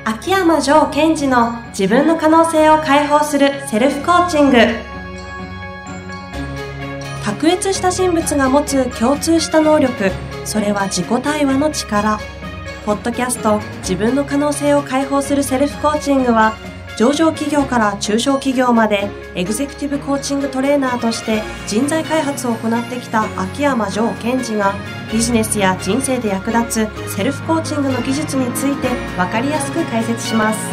秋山城賢治の自分の可能性を解放するセルフコーチング。卓越した人物が持つ共通した能力、それは自己対話の力。ポッドキャスト自分の可能性を解放するセルフコーチングは、上場企業から中小企業までエグゼクティブコーチングトレーナーとして人材開発を行ってきた秋山城賢治が、ビジネスや人生で役立つセルフコーチングの技術について分かりやすく解説します。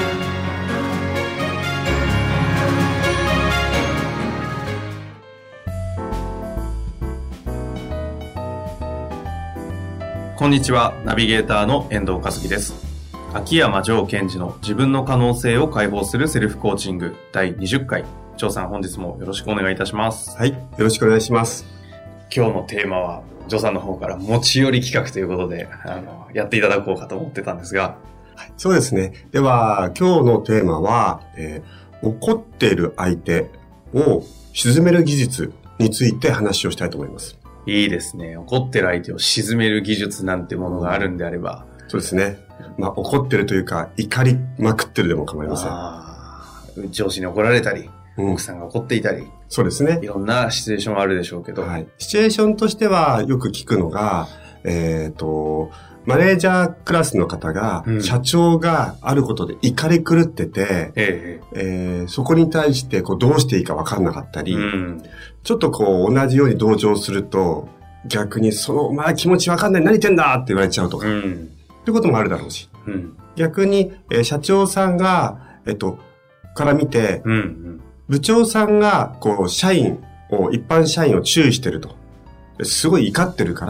こんにちは、ナビゲーターの遠藤和樹です。秋山城賢治の自分の可能性を解放するセルフコーチング第20回。城さん、本日もよろしくお願いいたします。 はい、よろしくお願いします。 今日のテーマは、城さんの方から持ち寄り企画ということで、やっていただこうかと思ってたんですが。 はい、そうですね。では、今日のテーマは、怒っている相手を鎮める技術について話をしたいと思います。 いいですね。怒ってる相手を鎮める技術なんてものがあるんであれば。 そうですね。怒ってるというか、怒りまくってるでも構いません。 上司に怒られたり、奥さんが怒っていたり。 そうですね。 いろんなシチュエーションあるでしょうけど。 はい。シチュエーションとしてはよく聞くのが、マネージャークラスの方が、社長があることで怒り狂ってて、そこに対してどうしていいか分かんなかったり、ちょっと同じように同情すると、逆にお前気持ち分かんない、何言ってんだって言われちゃうとか、ということもあるだろうし、逆に、社長さんが、から見て、部長さんが、一般社員を注意してると。すごい怒ってるから、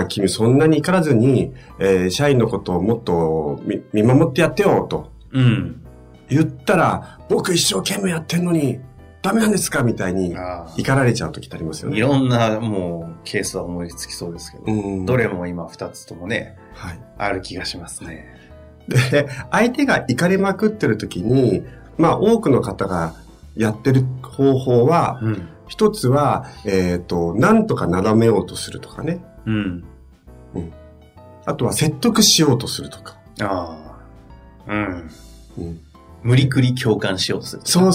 君そんなに怒らずに、社員のことをもっと見守ってやってよ、と。言ったら、僕一生懸命やってんのに、ダメなんですかみたいに、怒られちゃう時ってありますよね。 いろんな、ケースは思いつきそうですけど、どれも今二つともね、ある気がしますね。 で、相手が怒りまくってる時に、多くの方がやってる方法は、一つは、なんとかなだめようとするとかね。あとは説得しようとするとか。 無理くり共感しようとする。 そう。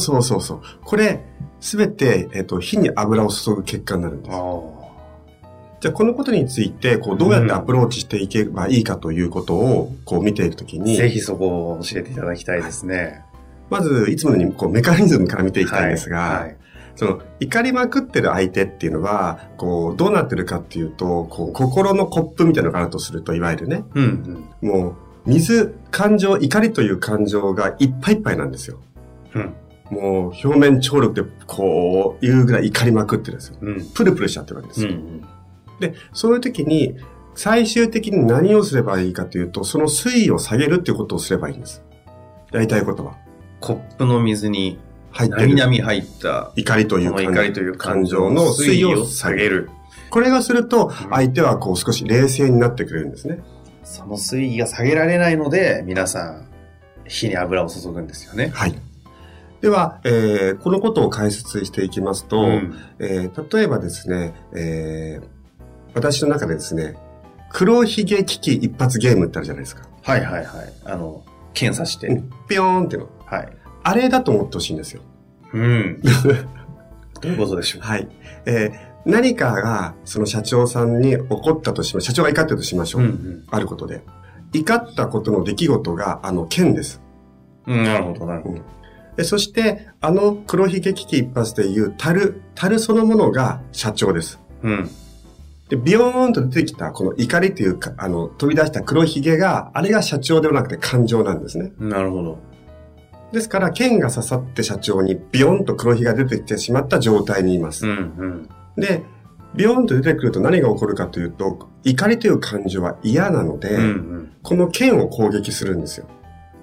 これ、すべて、火に油を注ぐ結果になるんです。じゃあ、このことについて、どうやってアプローチしていけばいいかということを、見ているときに。 ぜひそこを教えていただきたいですね。 まず、いつものように、メカニズムから見ていきたいんですが、怒りまくってる相手っていうのは、どうなってるかっていうと、心のコップみたいなのがあるとすると、いわゆるね。もう、怒りという感情がいっぱいいっぱいなんですよ。もう、表面張力で、いうぐらい怒りまくってるんですよ。プルプルしちゃってるわけですよ。で、そういう時に、最終的に何をすればいいかというと、その水位を下げるっていうことをすればいいんです。やりたいことは。 コップの水に、なみなみ入った怒りという感情の水位を下げる。これがすると、相手は少し冷静になってくれるんですね。 その水位が下げられないので、皆さん、火に油を注ぐんですよね。 はい。では、このことを解説していきますと、例えばですね、私の中でですね、黒ひげ危機一発ゲームってあるじゃないですか。 はい。検査して。 ピヨーンっての。あれだと思ってほしいんですよ。 どういうことでしょう。 何かがその社長さんに起こったとしましょう。社長が怒ってるとしましょう。あることで。怒ったことの出来事が剣です。 なるほど。 そして、黒ひげ危機一発でいう樽そのものが社長です。で、ビヨーンと出てきたこの怒りというか、飛び出した黒ひげが、あれが社長ではなくて感情なんですね。 なるほど。 ですから、剣が刺さって社長にビヨンと黒ひげが出てきてしまった状態にいます。で、ビヨンと出てくると何が起こるかというと、怒りという感情は嫌なので、この剣を攻撃するんですよ。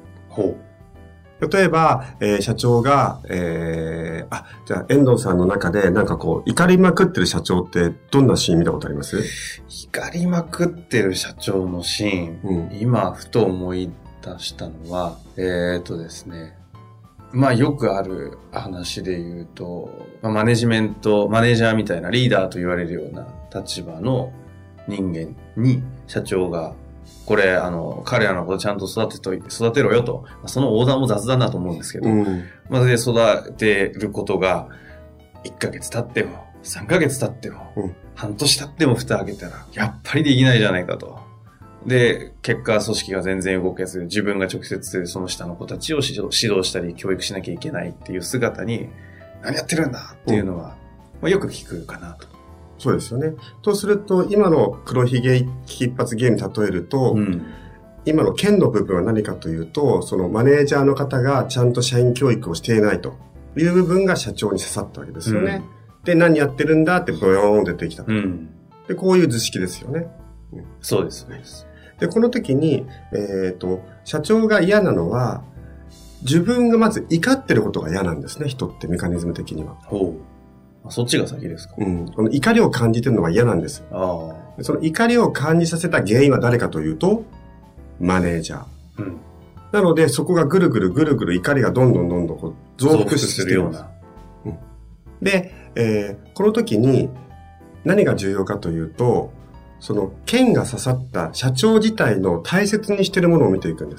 例えば、社長が、じゃあ、遠藤さんの中で、怒りまくってる社長って、どんなシーン見たことあります？ 怒りまくってる社長のシーン、今、ふと思い出したのは、ですね、よくある話で言うと、マネージャーみたいなリーダーと言われるような立場の人間に社長がこれ、彼らのことちゃんと育てろよと。その横断も雑だなと思うんですけど、で、育てることが、1ヶ月経っても、3ヶ月経っても、半年経っても蓋開けたら、やっぱりできないじゃないかと。で、結果、組織が全然動けず、自分が直接その下の子たちを指導したり、教育しなきゃいけないっていう姿に、何やってるんだっていうのは、よく聞くかなと。 そうですよね。とすると、今の黒ひげ一発ゲームに例えると、今の剣の部分は何かというと、そのマネージャーの方がちゃんと社員教育をしていないという部分が社長に刺さったわけですよね。で、何やってるんだってボヨーン出てきた。で、こういう図式ですよね。 そうです。 で、この時に、社長が嫌なのは、自分がまず怒ってることが嫌なんですね、人ってメカニズム的には。 そっちが先ですか？ この怒りを感じてるのが嫌なんです。その怒りを感じさせた原因は誰かというと、マネージャー。なので、そこがぐるぐる怒りがどんどんこう増幅するような。で、この時に何が重要かというと、その剣が刺さった社長自体の大切にしてるものを見ていくんです。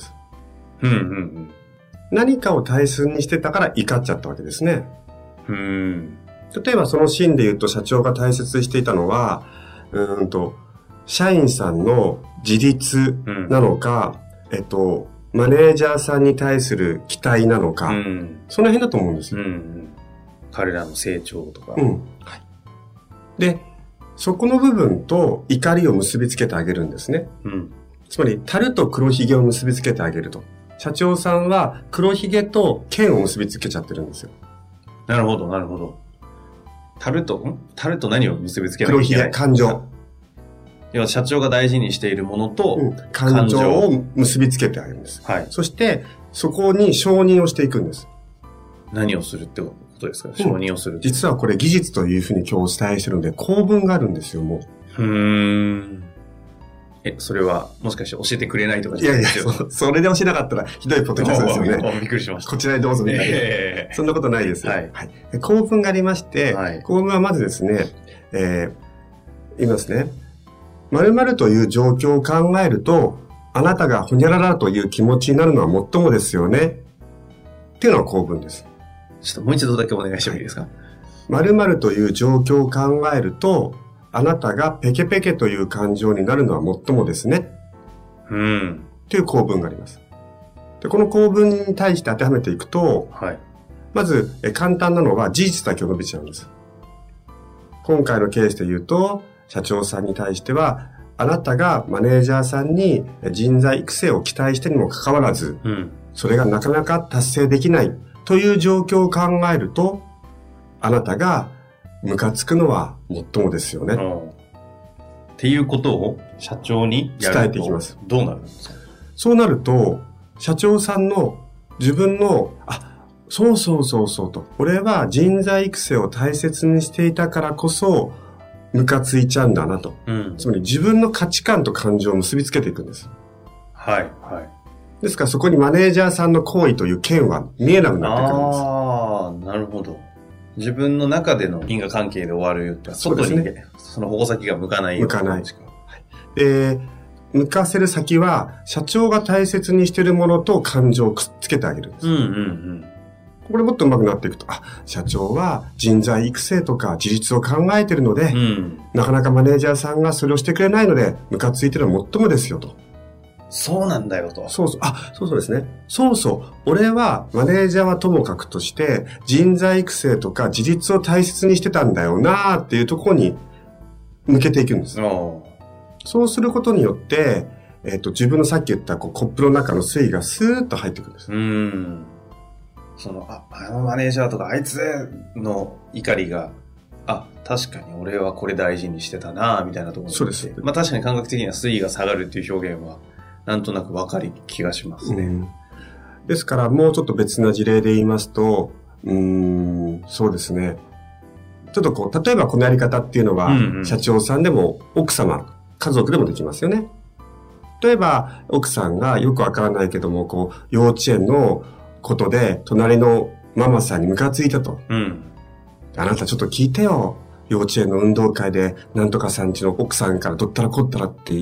何かを大切にしてたから怒っちゃったわけですね。例えばそのシーンで言うと社長が大切にしていたのは、社員さんの自立なのか、マネージャーさんに対する期待なのか、その辺だと思うんですよ。 彼らの成長とか。 で、そこの部分と怒りを結びつけてあげるんですね。つまり、樽と黒ひげを結びつけてあげると。社長さんは黒ひげと剣を結びつけちゃってるんですよ。 なるほど。樽と何を結びつけなきゃいけない？ 黒ひげ、感情。 要は社長が大事にしているものと、 感情を結びつけてあげるんです。そして、そこに承認をしていくんです。 何をするってことですか？承認をする。 実はこれ技術というふうに今日お伝えしてるので、構文があるんですよ、もう。 それは、もしかして教えてくれないとかじゃないですよ。それで教えなかったら、ひどいポッドキャストですよね。 びっくりしました。 こちらにどうぞみたいな。そんなことないです。構文がありまして、構文はまずですね、言いますね。〇〇という状況を考えると、あなたがほにゃららという気持ちになるのはもっともですよね。っていうのは構文です。 ちょっともう一度だけお願いしてもいいですか ？〇〇という状況を考えると、あなたがペケペケという感情になるのはもっともですね。という構文があります。で、この構文に対して当てはめていくと、まず簡単なのは事実だけを述べちゃうんです。今回のケースで言うと、社長さんに対しては、あなたがマネージャーさんに人材育成を期待してにもかかわらず、それがなかなか達成できないという状況を考えると、あなたがムカつくのはもっともですよね。 っていうことを社長に伝えていきます。 どうなるんですか？ そうなると、社長さんの自分の、そうと、俺は人材育成を大切にしていたからこそ、ムカついちゃうんだなと。つまり自分の価値観と感情を結びつけていくんです。ですからそこにマネージャーさんの行為という剣は見えなくなってくるんです。 なるほど。自分の中での因果関係で終わると、外にその矛先が向かないような。 向かない。向かせる先は、社長が大切にしているものと感情をくっつけてあげるんです。これもっと上手くなっていくと、社長は人材育成とか自立を考えているので、なかなかマネージャーさんがそれをしてくれないので、ムカついてるのはもっともですよと。 そうなんだよと。 そうですね。俺はマネージャーはともかくとして人材育成とか自立を大切にしてたんだよなーっていうところに向けていくんです。そうすることによって、自分のさっき言ったコップの中の水がスーッと入ってくるんです。 あのマネージャーとかあいつの怒りが、確かに俺はこれ大事にしてたなーみたいなところに。 そうです。 確かに感覚的には水位が下がるっていう表現はなんとなく分かる気がしますね。 ですから、もうちょっと別な事例で言いますと、そうですね。ちょっと例えばこのやり方っていうのは、社長さんでも奥様、家族でもできますよね。例えば、奥さんがよくわからないけども、幼稚園のことで、隣のママさんにムカついたと。あなたちょっと聞いてよ。幼稚園の運動会で、なんとかさんちの奥さんからどったらこったらって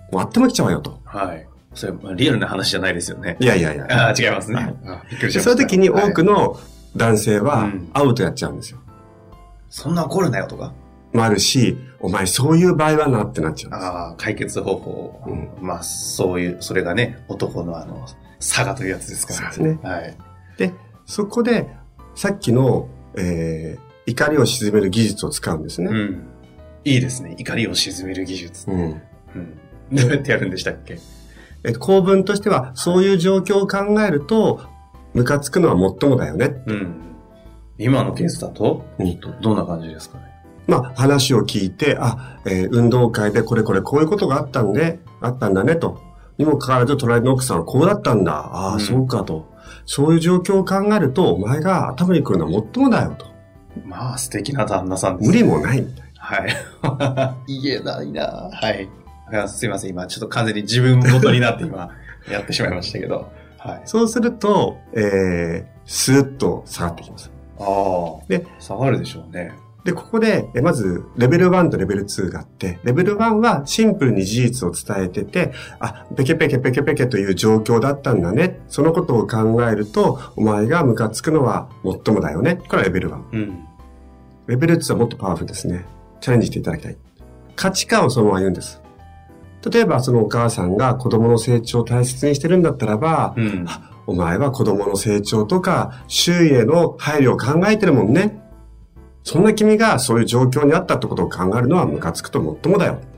もうあっても来ちゃうよと。 はい。それリアルな話じゃないですよね。 いやいやいや。 ああ、違いますね。びっくりしました。 そういう時に多くの男性はアウトやっちゃうんですよ。 そんな怒るなよとかもあるし、お前そういう場合はなってなっちゃうんです。 ああ、解決方法。まあ、そういう、それがね、男の差がというやつですから。 そうですね。 はい。 で、そこで、さっきの、怒りを鎮める技術を使うんですね。 いいですね。怒りを鎮める技術。どうやってやるんでしたっけ？ 構文としては、そういう状況を考えると、ムカつくのは最もだよね。 今のケースだと、どんな感じですかね？ まあ、話を聞いて、運動会でこういうことがあったんだね、と。にもかかわらず、隣の奥さんはこうだったんだ。そうかと。そういう状況を考えると、お前が頭に来るのは最もだよ、と。 まあ、素敵な旦那さんです。 無理もないみたいな。はい。言えないな。はい。すいません。今、ちょっと完全に自分ごとになって今、やってしまいましたけど。はい。 そうすると、スーッと下がってきます。 で、下がるでしょうね。 で、ここで、まず、レベル1とレベル2があって、レベル1はシンプルに事実を伝えてて、ペケペケという状況だったんだね。そのことを考えると、お前がムカつくのは最もだよね。これはレベル1。レベル2はもっとパワフルですね。チャレンジしていただきたい。価値観をそのまま言うんです。例えば、そのお母さんが子供の成長を大切にしてるんだったらば、お前は子供の成長とか、周囲への配慮を考えてるもんね。そんな君がそういう状況にあったってことを考えるのはムカつくと最もだよ。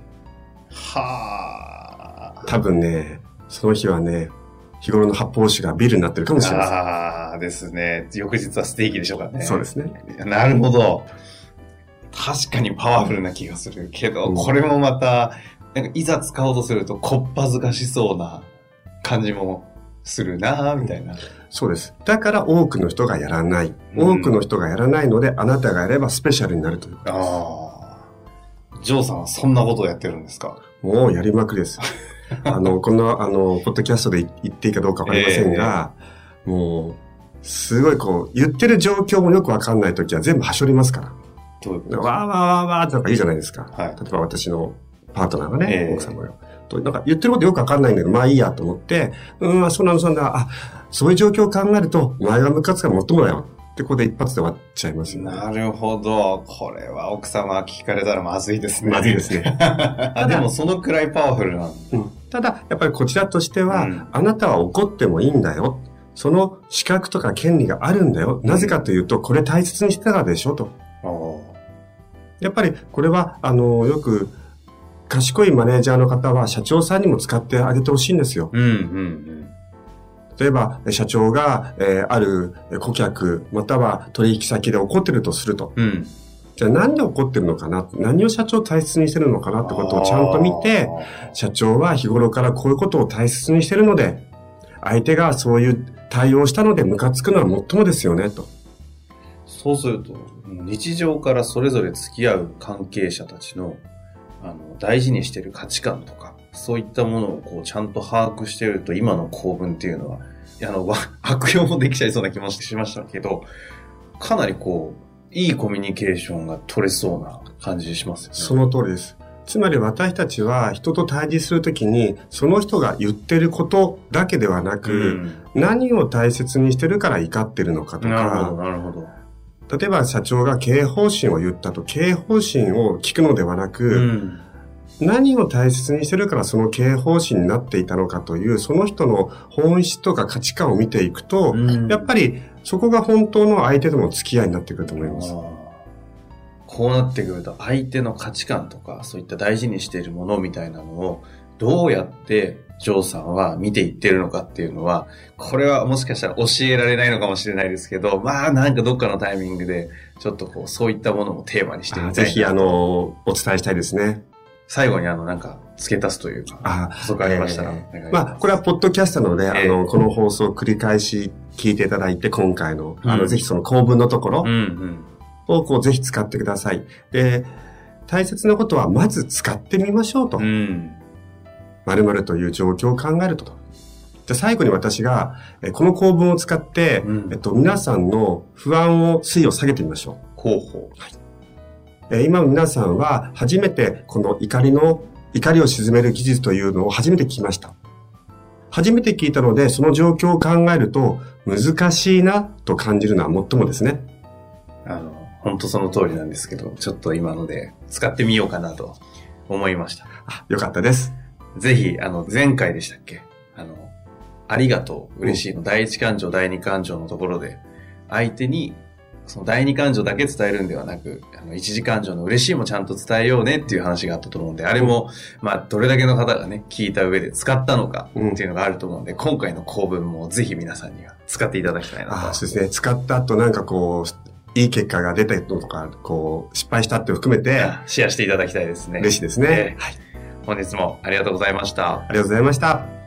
多分ね、その日はね、日頃の発泡酒がビールになってるかもしれません。 ですね。翌日はステーキでしょうかね。 そうですね。 なるほど。確かにパワフルな気がするけど、これもまた、なんかいざ使おうとするとこっぱずかしそうな感じもするなみたいな。 そうです。だから多くの人がやらない。多くの人がやらないので、あなたがやればスペシャルになるということです。ジョーさんはそんなことをやってるんですか？ もうやりまくりです。この、ポッドキャストで言っていいかどうかわかりませんが、もう、すごい言ってる状況もよくわかんないときは全部はしょりますから。 どういうことですか？ わーわーわーわーってなんか言うじゃないですか。 はい。 例えば私のパートナーがね、奥さんもよ。なんか言ってることよくわかんないんだけど、まあいいやと思って、そうなんだ、そういう状況を考えると、お前がムカつくが最もだよ。ってここで一発で終わっちゃいますよね。 なるほど。これは奥様聞かれたらまずいですね。 まずいですね。 でもそのくらいパワフルなんだ。 ただ、やっぱりこちらとしては、あなたは怒ってもいいんだよ。その資格とか権利があるんだよ。なぜかというと、これ大切にしてたからでしょと。やっぱりこれは、よく、賢いマネージャーの方は社長さんにも使ってあげてほしいんですよ。例えば、社長が、ある顧客、または取引先で怒ってるとすると。じゃあなんで怒ってるのかな？何を社長大切にしてるのかなってことをちゃんと見て、社長は日頃からこういうことを大切にしてるので、相手がそういう対応したのでムカつくのは最もですよね、と。 そうすると、日常からそれぞれ付き合う関係者たちの大事にしている価値観とか、そういったものをちゃんと把握していると、今の構文っていうのは、悪用もできちゃいそうな気もしましたけど、かなりいいコミュニケーションが取れそうな感じしますよね。 その通りです。つまり私たちは人と対峙するときに、その人が言ってることだけではなく、何を大切にしてるから怒ってるのかとか、 なるほど。 例えば社長が経営方針を言ったと、経営方針を聞くのではなく、何を大切にしてるからその経営方針になっていたのかという、その人の本質とか価値観を見ていくと、やっぱりそこが本当の相手との付き合いになってくると思います。 こうなってくると、相手の価値観とか、そういった大事にしているものみたいなのを、どうやってジョーさんは見ていってるのかっていうのは、これはもしかしたら教えられないのかもしれないですけど、なんかどっかのタイミングで、ちょっとそういったものもテーマにしてみたいな。 ぜひお伝えしたいですね。 最後になんか付け足すというか、補足ありましたら、 これはポッドキャストなので、この放送を繰り返し聞いていただいて、今回の、ぜひその構文のところをぜひ使ってください。で、大切なことはまず使ってみましょうと。〇〇という状況を考えると。じゃあ最後に私が、この構文を使って、皆さんの不安を水位を下げてみましょう。今皆さんは初めてこの怒りの怒りを鎮める技術というのを初めて聞きました。初めて聞いたので、その状況を考えると、難しいなと感じるのはもっともですね。 本当その通りなんですけど、ちょっと今ので使ってみようかなと思いました。 よかったです。 ぜひ、前回でしたっけ？ありがとう、嬉しいの、第一感情、第二感情のところで、相手に、その第二感情だけ伝えるんではなく、一次感情の嬉しいもちゃんと伝えようねっていう話があったと思うんで、あれも、どれだけの方がね、聞いた上で使ったのかっていうのがあると思うんで、今回の構文もぜひ皆さんには使っていただきたいなと。 そうですね。使った後なんかいい結果が出たのとか、失敗したって含めて、 シェアしていただきたいですね。 嬉しいですね。 はい。本日もありがとうございました。 ありがとうございました。